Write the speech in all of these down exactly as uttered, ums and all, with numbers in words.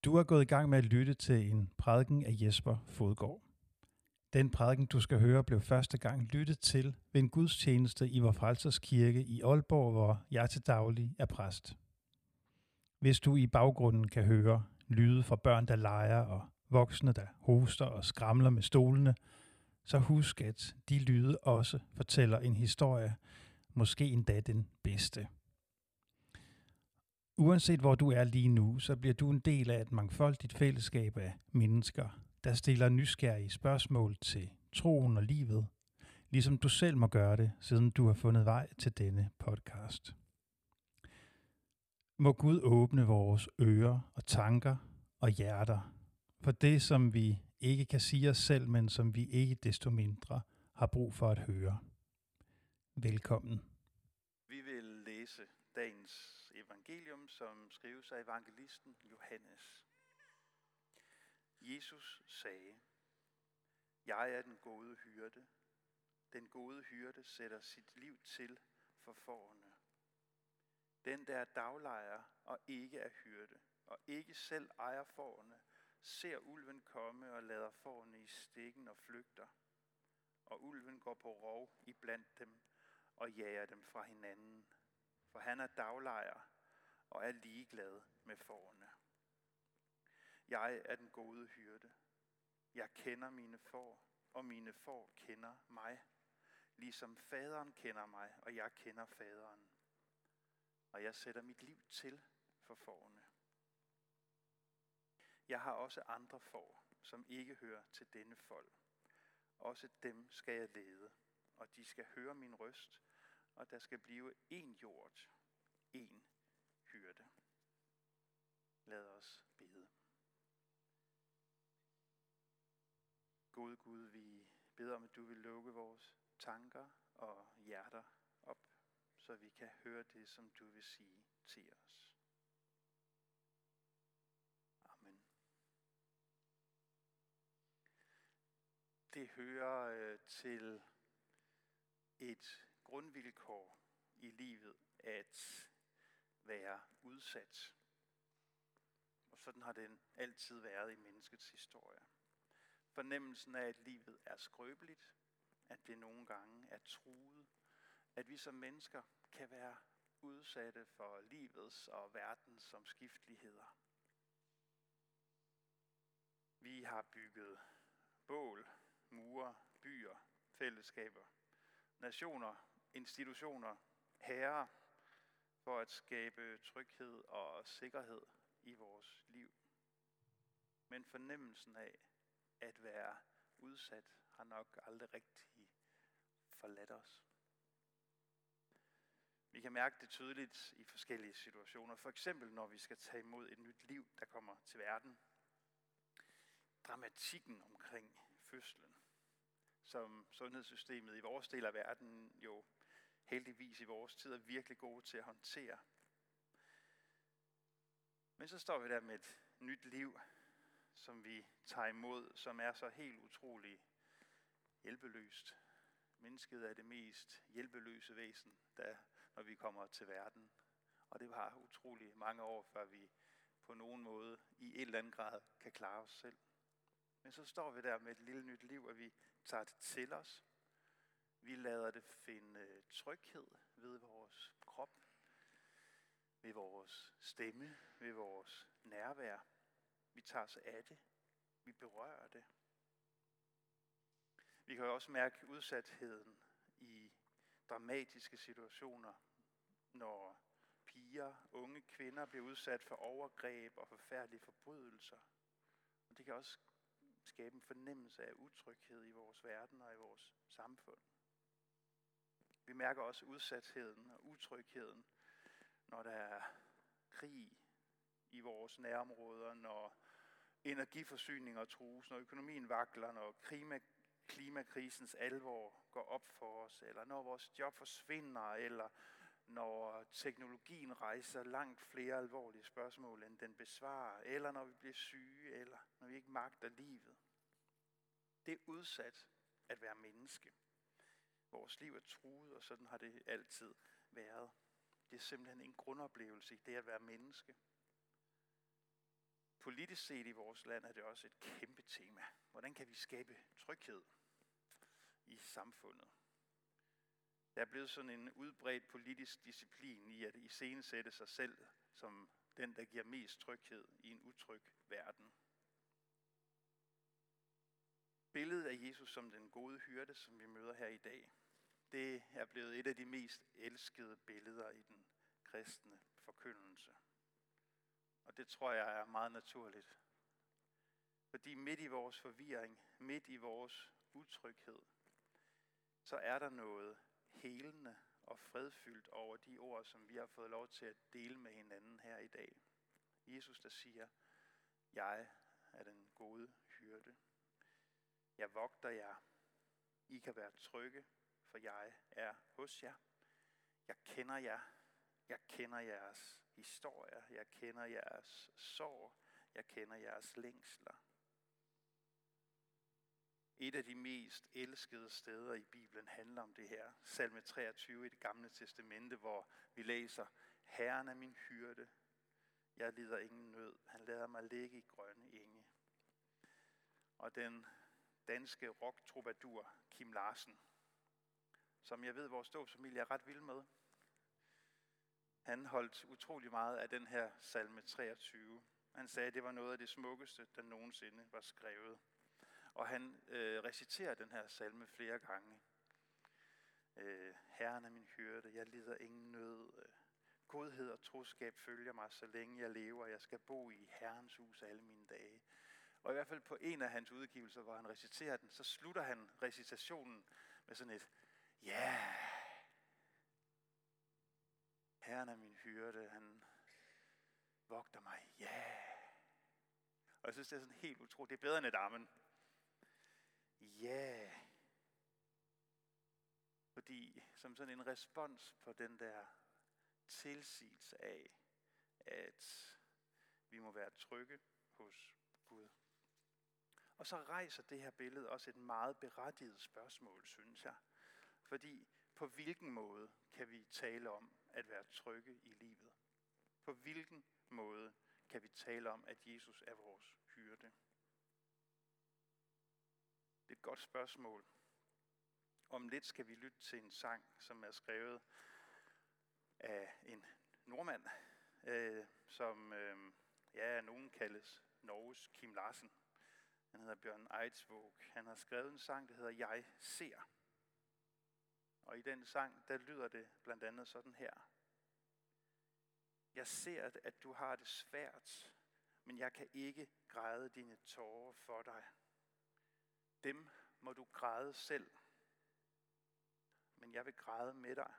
Du er gået i gang med at lytte til en prædiken af Jesper Fodgaard. Den prædiken, du skal høre, blev første gang lyttet til ved en gudstjeneste i Vor Frelsers Kirke i Aalborg, hvor jeg til daglig er præst. Hvis du i baggrunden kan høre lyde fra børn, der leger, og voksne, der hoster og skramler med stolene, så husk, at de lyde også fortæller en historie, måske endda den bedste. Uanset hvor du er lige nu, så bliver du en del af et mangfoldigt fællesskab af mennesker, der stiller nysgerrige spørgsmål til troen og livet, ligesom du selv må gøre det, siden du har fundet vej til denne podcast. Må Gud åbne vores ører og tanker og hjerter for det, som vi ikke kan sige os selv, men som vi ikke desto mindre har brug for at høre. Velkommen. Vi vil læse dagens evangelium, som skrives af evangelisten Johannes. Jesus sagde: Jeg er den gode hyrde. Den gode hyrde sætter sit liv til for fårene. Den, der er daglejer og ikke er hyrde, og ikke selv ejer fårene, ser ulven komme og lader fårene i stikken og flygter. Og ulven går på rov iblandt dem og jager dem fra hinanden. For han er daglejer og er ligeglad med fårene. Jeg er den gode hyrde. Jeg kender mine får, og mine får kender mig. Ligesom faderen kender mig, og jeg kender faderen. Og jeg sætter mit liv til for fårene. Jeg har også andre får, som ikke hører til denne fold. Også dem skal jeg lede, og de skal høre min røst, og der skal blive én hjort, én hyrde. Lad os bede. Gode Gud, vi beder om, at du vil lukke vores tanker og hjerter op, så vi kan høre det, som du vil sige til os. Amen. Det hører øh, til et grundvilkår i livet at være udsat. Og sådan har det altid været i menneskets historie. Fornemmelsen af, at livet er skrøbeligt, at det nogle gange er truet, at vi som mennesker kan være udsatte for livets og verdens omskifteligheder. Vi har bygget bål, mure, byer, fællesskaber, nationer, institutioner, herrer, for at skabe tryghed og sikkerhed i vores liv. Men fornemmelsen af at være udsat har nok aldrig rigtig forladt os. Vi kan mærke det tydeligt i forskellige situationer. For eksempel når vi skal tage imod et nyt liv, der kommer til verden. Dramatikken omkring fødslen, som sundhedssystemet i vores del af verden jo heldigvis i vores tid er virkelig gode til at håndtere. Men så står vi der med et nyt liv, som vi tager imod, som er så helt utroligt hjælpeløst. Mennesket er det mest hjælpeløse væsen, der, når vi kommer til verden. Og det var utroligt mange år, før vi på nogen måde i en eller anden grad kan klare os selv. Men så står vi der med et lille nyt liv, og vi tager det til os. Vi lader det finde tryghed ved vores krop, ved vores stemme, ved vores nærvær. Vi tager os af det. Vi berører det. Vi kan jo også mærke udsatheden i dramatiske situationer, når piger, unge kvinder bliver udsat for overgreb og forfærdelige forbrydelser. Og det kan også skabe en fornemmelse af utryghed i vores verden og i vores samfund. Vi mærker også udsatheden og utrygheden, når der er krig i vores nærområder, når energiforsyninger trues, når økonomien vakler, når klima, klimakrisens alvor går op for os, eller når vores job forsvinder, eller når teknologien rejser langt flere alvorlige spørgsmål, end den besvarer, eller når vi bliver syge, eller når vi ikke magter livet. Det er udsat at være menneske. Vores liv er truet, og sådan har det altid været. Det er simpelthen en grundoplevelse i det at være menneske. Politisk set i vores land er det også et kæmpe tema. Hvordan kan vi skabe tryghed i samfundet? Der er blevet sådan en udbredt politisk disciplin i at iscenesætte sig selv som den, der giver mest tryghed i en utryg verden. Billedet af Jesus som den gode hyrde, som vi møder her i dag, det er blevet et af de mest elskede billeder i den kristne forkyndelse. Og det tror jeg er meget naturligt. Fordi midt i vores forvirring, midt i vores utryghed, så er der noget helende og fredfyldt over de ord, som vi har fået lov til at dele med hinanden her i dag. Jesus, der siger, jeg er den gode hyrde. Jeg vogter jer. I kan være trygge, for jeg er hos jer. Jeg kender jer. Jeg kender jeres historier. Jeg kender jeres sorg. Jeg kender jeres længsler. Et af de mest elskede steder i Bibelen handler om det her. Salme treogtyve i det gamle testamente, hvor vi læser, Herren er min hyrde. Jeg lider ingen nød. Han lader mig ligge i grønne enge. Og den danske rock-troubadour Kim Larsen, som jeg ved, vores dåbsfamilie er ret vild med. Han holdt utrolig meget af den her salme treogtyve. Han sagde, at det var noget af det smukkeste, der nogensinde var skrevet. Og han øh, reciterer den her salme flere gange. Øh, Herren er min hyrde, jeg lider ingen nød. Godhed og troskab følger mig, så længe jeg lever. Jeg skal bo i Herrens hus alle mine dage. Og i hvert fald på en af hans udgivelser, hvor han reciterer den, så slutter han recitationen med sådan et, ja, yeah. Herren er min hyrde, han vogter mig, ja. Yeah. Og jeg synes, det er sådan helt utroligt. Det er bedre end et amen. Ja. Yeah. Fordi som sådan en respons på den der tilsigelse af, at vi må være trygge hos Gud. Og så rejser det her billede også et meget berettiget spørgsmål, synes jeg. Fordi på hvilken måde kan vi tale om at være trygge i livet? På hvilken måde kan vi tale om, at Jesus er vores hyrde? Det er et godt spørgsmål. Om lidt skal vi lytte til en sang, som er skrevet af en nordmand, øh, som øh, ja, nogen kaldes Norges Kim Larsen. Han hedder Bjørn Eidsvåg. Han har skrevet en sang, der hedder Jeg ser. Og i den sang, der lyder det blandt andet sådan her. Jeg ser, at du har det svært, men jeg kan ikke græde dine tårer for dig. Dem må du græde selv, men jeg vil græde med dig.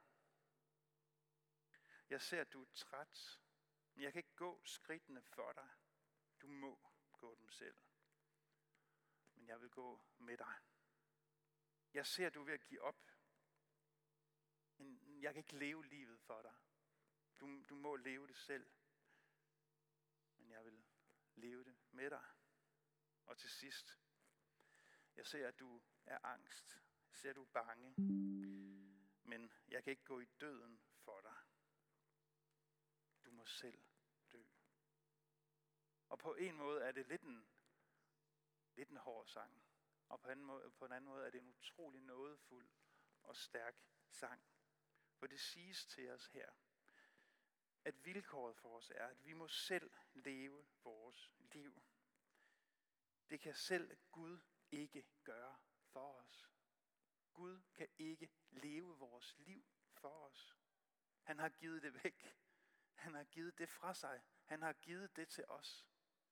Jeg ser, at du er træt, men jeg kan ikke gå skridtene for dig. Du må gå dem selv, men jeg vil gå med dig. Jeg ser, at du er ved at give op, men jeg kan ikke leve livet for dig. Du, du må leve det selv, men jeg vil leve det med dig. Og til sidst, jeg ser, at du er angst. Jeg ser, at du er bange, men jeg kan ikke gå i døden for dig. Du må selv dø. Og på en måde er det lidt en, lidt en hård sang. Og på en, måde, på en anden måde er det en utrolig nådefuld og stærk sang. For det siges til os her, at vilkåret for os er, at vi må selv leve vores liv. Det kan selv Gud ikke gøre for os. Gud kan ikke leve vores liv for os. Han har givet det væk. Han har givet det fra sig. Han har givet det til os.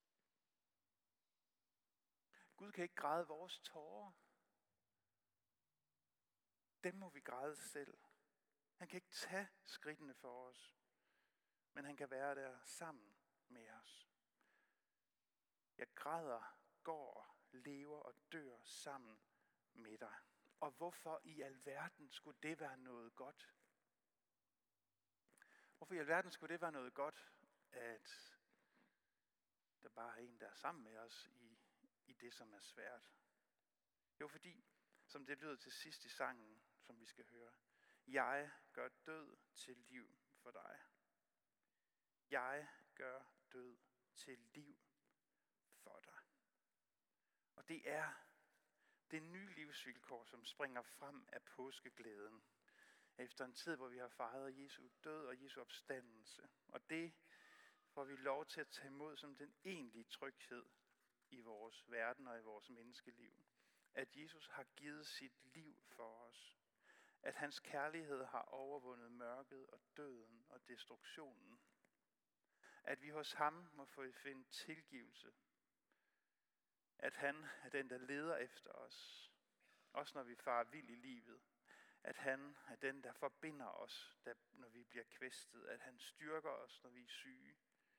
Gud kan ikke græde vores tårer. Dem må vi græde selv. Han kan ikke tage skridtene for os, men han kan være der sammen med os. Jeg græder, går, lever og dør sammen med dig. Og hvorfor i alverden skulle det være noget godt? Hvorfor i alverden skulle det være noget godt, at der bare er en, der er sammen med os i, i det, som er svært? Jo, fordi, som det lyder til sidst i sangen, som vi skal høre, jeg gør død til liv for dig. Jeg gør død til liv Og det er det nye livsvilkår, som springer frem af påskeglæden. Efter en tid, hvor vi har fejret Jesu død og Jesu opstandelse. Og det får vi lov til at tage imod som den egentlige tryghed i vores verden og i vores menneskeliv. At Jesus har givet sit liv for os. At hans kærlighed har overvundet mørket og døden og destruktionen. At vi hos ham må få finde tilgivelse. At han er den, der leder efter os. Også når vi farer vild i livet. At han er den, der forbinder os, der, når vi bliver kvæstet. At han styrker os, når vi er syge.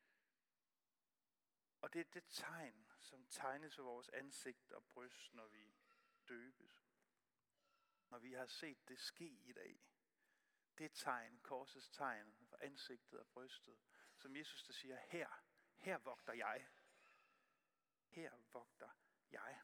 Og det er det tegn, som tegnes ved vores ansigt og bryst, når vi døbes. Når vi har set det ske i dag. Det tegn, korsets tegn for ansigtet og brystet, som Jesus der siger, her, her vogter jeg. Her vogter jeg.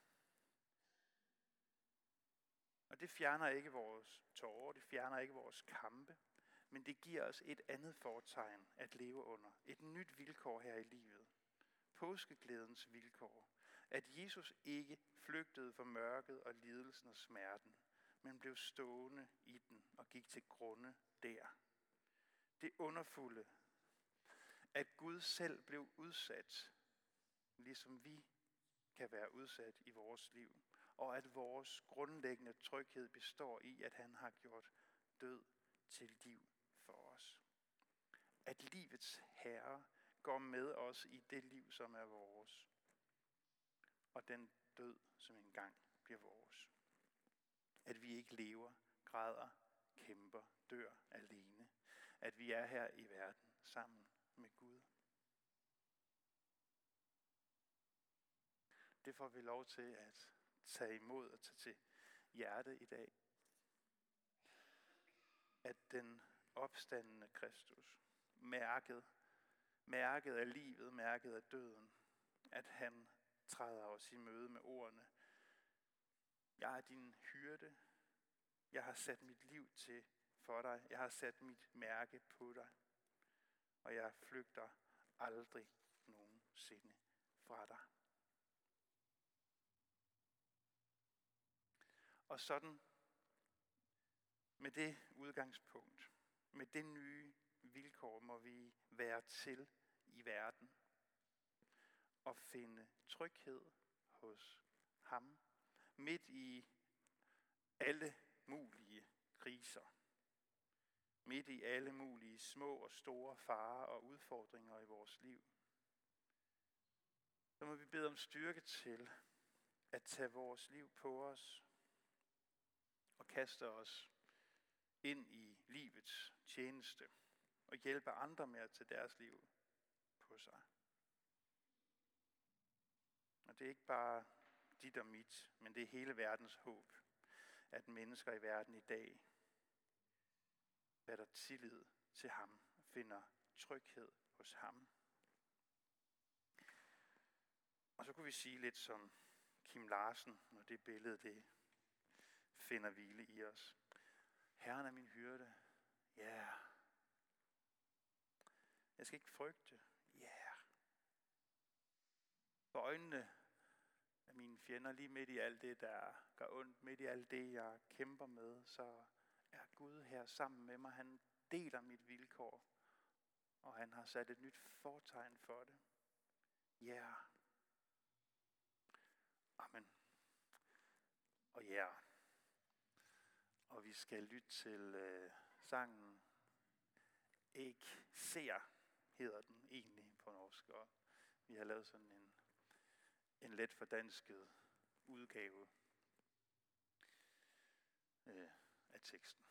Og det fjerner ikke vores tårer, det fjerner ikke vores kampe, men det giver os et andet fortegn at leve under. Et nyt vilkår her i livet. Påskeglædens vilkår. At Jesus ikke flygtede fra mørket og lidelsen og smerten, men blev stående i den og gik til grunde der. Det underfulde, at Gud selv blev udsat, ligesom vi kan være udsat i vores liv. Og at vores grundlæggende tryghed består i, at han har gjort død til liv for os. At livets herre går med os i det liv, som er vores. Og den død, som engang bliver vores. At vi ikke lever, græder, kæmper, dør alene. At vi er her i verden sammen med Gud. Det får vi lov til at tage imod og tage til hjerte i dag. At den opstandende Kristus, mærket, mærket af livet, mærket af døden, at han træder os i møde med ordene. Jeg er din hyrde. Jeg har sat mit liv til for dig. Jeg har sat mit mærke på dig. Og jeg flygter aldrig nogensinde fra dig. Og sådan, med det udgangspunkt, med det nye vilkår, må vi være til i verden og finde tryghed hos ham, midt i alle mulige kriser, midt i alle mulige små og store farer og udfordringer i vores liv. Så må vi bede om styrke til at tage vores liv på os og kaste os ind i livets tjeneste og hjælpe andre med at tage deres liv på sig. Og det er ikke bare dit og mit, men det er hele verdens håb, at mennesker i verden i dag fatter tillid til ham og finder tryghed hos ham. Og så kunne vi sige lidt som Kim Larsen, når det billede det finder hvile i os. Herren er min hyrde. Ja. Yeah. Jeg skal ikke frygte. Ja. Yeah. For øjnene af mine fjender, lige midt i alt det, der gør ondt, midt i alt det, jeg kæmper med, så er Gud her sammen med mig. Han deler mit vilkår, og han har sat et nyt fortegn for det. Ja. Yeah. Amen. Og ja. Yeah. Og vi skal lytte til øh, sangen Ikke ser, hedder den egentlig på norsk. Og vi har lavet sådan en, en let fordansket udgave øh, af teksten.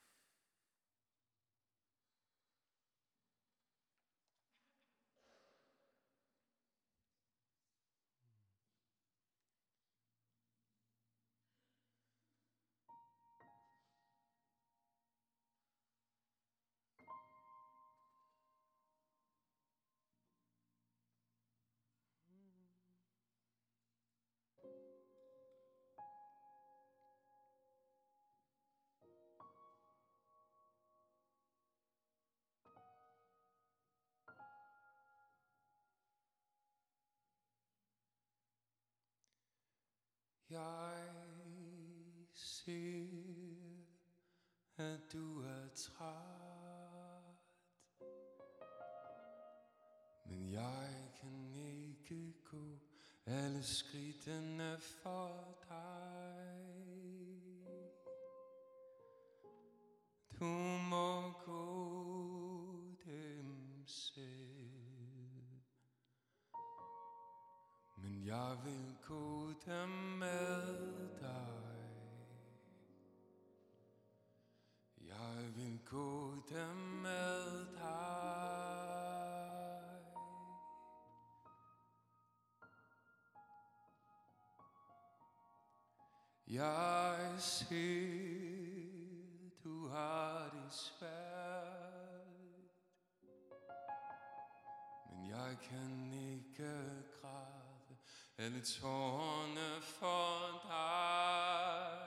Jeg ser, at du er træt, men jeg kan ikke gå alle skridtene for dig. Du må gå dem selv, men jeg vil gå dem med dig. Jeg vil gå dem med dig. Jeg ser, du har det svært, men jeg kan ikke græde alle tårerne for dig.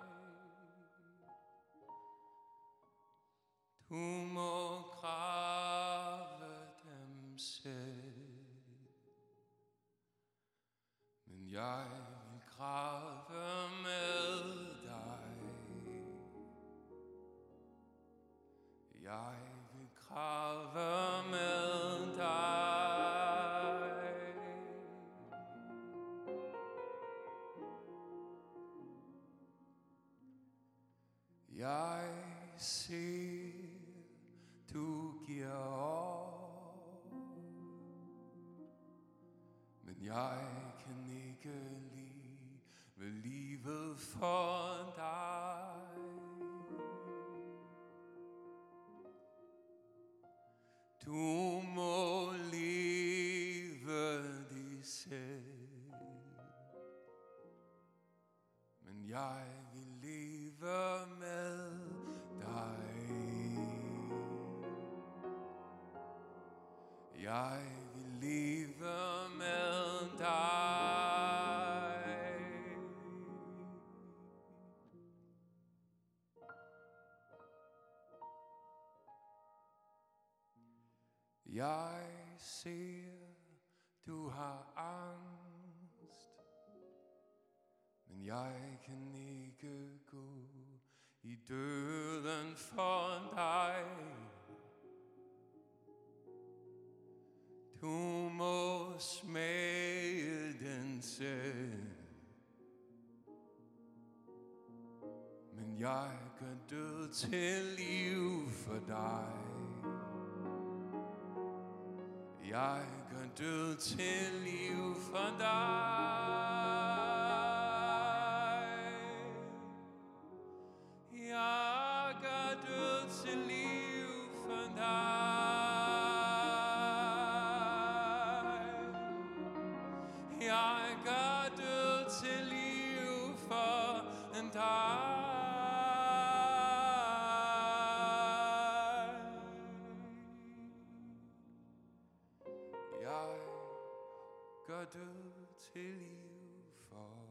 Du må grave dem selv, men jeg vil grave med dig. Jeg vil grave med dig. Jeg ser, du giver op, men jeg kan ikke leve livet for dig. Du må leve det selv, men jeg vil leve med dig. Jeg vil leve med dig. Jeg ser, du har angst, men jeg kan ikke gå i døden for dig. Du må smage den selv, men jeg gør død til liv for dig. Jeg gør død til liv for dig. Jeg gør død til liv for dig. Jeg gør død til liv for dig. Jeg gør død til liv for